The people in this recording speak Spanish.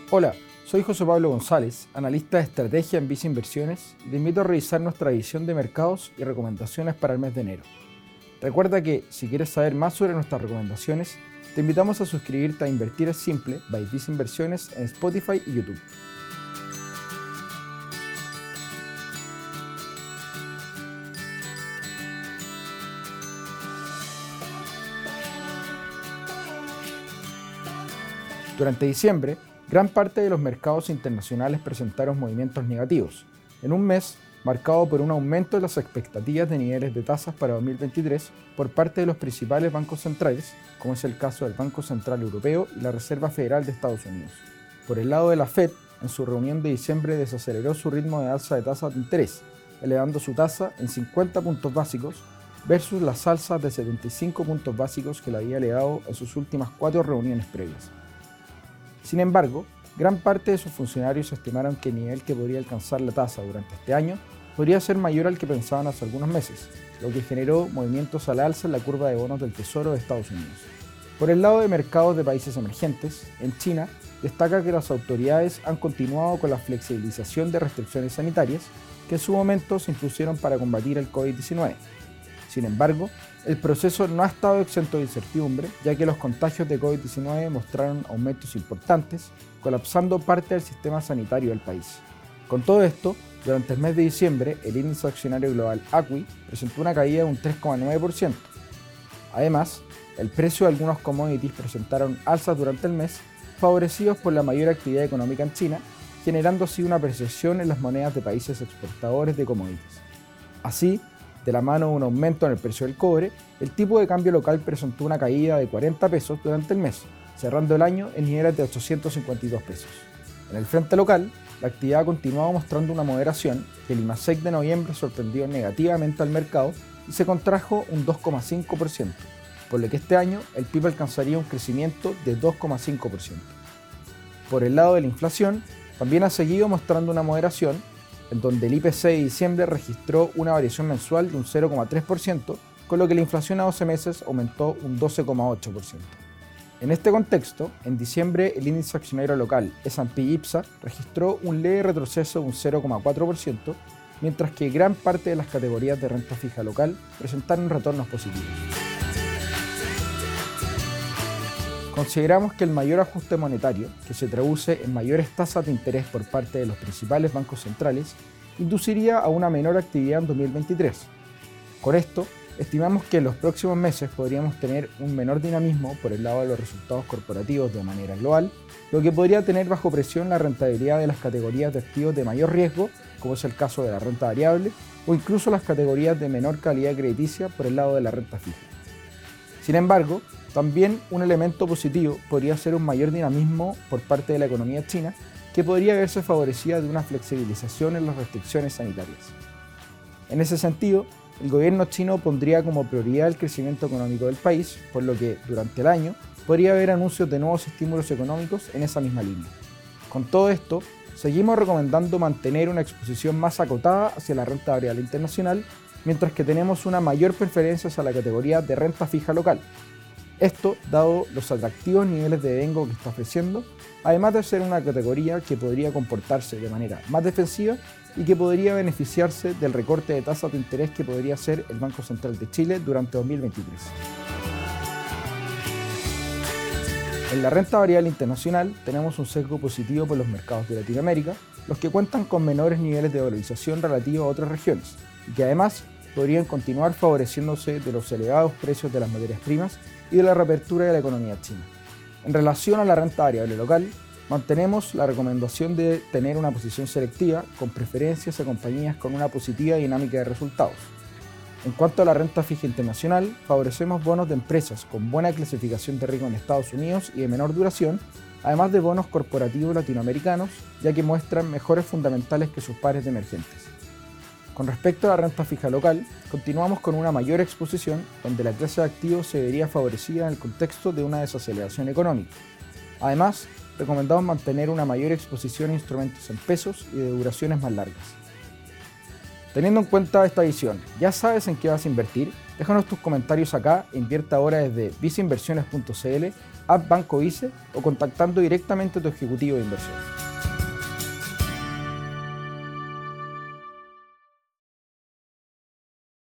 Hola, soy José Pablo González, analista de estrategia en Visa Inversiones, y te invito a revisar nuestra visión de mercados y recomendaciones para el mes de enero. Recuerda que, si quieres saber más sobre nuestras recomendaciones, te invitamos a suscribirte a Invertir es Simple by Visa Inversiones en Spotify y YouTube. Durante diciembre, gran parte de los mercados internacionales presentaron movimientos negativos, en un mes marcado por un aumento de las expectativas de niveles de tasas para 2023 por parte de los principales bancos centrales, como es el caso del Banco Central Europeo y la Reserva Federal de Estados Unidos. Por el lado de la Fed, en su reunión de diciembre desaceleró su ritmo de alza de tasas de interés, elevando su tasa en 50 puntos básicos versus las alzas de 75 puntos básicos que la había elevado en sus últimas 4 reuniones previas. Sin embargo, gran parte de sus funcionarios estimaron que el nivel que podría alcanzar la tasa durante este año podría ser mayor al que pensaban hace algunos meses, lo que generó movimientos al alza en la curva de bonos del Tesoro de Estados Unidos. Por el lado de mercados de países emergentes, en China destaca que las autoridades han continuado con la flexibilización de restricciones sanitarias que en su momento se impusieron para combatir el COVID-19. Sin embargo, el proceso no ha estado exento de incertidumbre, ya que los contagios de COVID-19 mostraron aumentos importantes, colapsando parte del sistema sanitario del país. Con todo esto, durante el mes de diciembre, el índice accionario global ACWI presentó una caída de un 3,9%. Además, el precio de algunos commodities presentaron alzas durante el mes, favorecidos por la mayor actividad económica en China, generando así una apreciación en las monedas de países exportadores de commodities. Así, de la mano de un aumento en el precio del cobre, el tipo de cambio local presentó una caída de 40 pesos durante el mes, cerrando el año en niveles de 852 pesos. En el frente local, la actividad continuaba mostrando una moderación que el IMASEC de noviembre sorprendió negativamente al mercado y se contrajo un 2,5%, por lo que este año el PIB alcanzaría un crecimiento de 2,5%. Por el lado de la inflación, también ha seguido mostrando una moderación, en donde el IPC de diciembre registró una variación mensual de un 0,3%, con lo que la inflación a 12 meses aumentó un 12,8%. En este contexto, en diciembre el índice accionario local S&P IPSA registró un leve retroceso de un 0,4%, mientras que gran parte de las categorías de renta fija local presentaron retornos positivos. Consideramos que el mayor ajuste monetario, que se traduce en mayores tasas de interés por parte de los principales bancos centrales, induciría a una menor actividad en 2023. Con esto, estimamos que en los próximos meses podríamos tener un menor dinamismo por el lado de los resultados corporativos de manera global, lo que podría tener bajo presión la rentabilidad de las categorías de activos de mayor riesgo, como es el caso de la renta variable, o incluso las categorías de menor calidad crediticia por el lado de la renta fija. Sin embargo, también un elemento positivo podría ser un mayor dinamismo por parte de la economía china, que podría verse favorecida de una flexibilización en las restricciones sanitarias. En ese sentido, el gobierno chino pondría como prioridad el crecimiento económico del país, por lo que durante el año podría haber anuncios de nuevos estímulos económicos en esa misma línea. Con todo esto, seguimos recomendando mantener una exposición más acotada hacia la renta variable internacional, mientras que tenemos una mayor preferencia hacia la categoría de renta fija local. Esto dado los atractivos niveles de devengo que está ofreciendo, además de ser una categoría que podría comportarse de manera más defensiva y que podría beneficiarse del recorte de tasas de interés que podría hacer el Banco Central de Chile durante 2023. En la renta variable internacional tenemos un sesgo positivo por los mercados de Latinoamérica, los que cuentan con menores niveles de valorización relativos a otras regiones, y que además podrían continuar favoreciéndose de los elevados precios de las materias primas y de la reapertura de la economía china. En relación a la renta variable local, mantenemos la recomendación de tener una posición selectiva con preferencias a compañías con una positiva dinámica de resultados. En cuanto a la renta fija internacional, favorecemos bonos de empresas con buena clasificación de riesgo en Estados Unidos y de menor duración, además de bonos corporativos latinoamericanos, ya que muestran mejores fundamentales que sus pares de emergentes. Con respecto a la renta fija local, continuamos con una mayor exposición donde la clase de activos se vería favorecida en el contexto de una desaceleración económica. Además, recomendamos mantener una mayor exposición a instrumentos en pesos y de duraciones más largas. Teniendo en cuenta esta visión, ¿ya sabes en qué vas a invertir? Déjanos tus comentarios acá e invierta ahora desde viceinversiones.cl, app Banco Vice o contactando directamente a tu ejecutivo de inversión.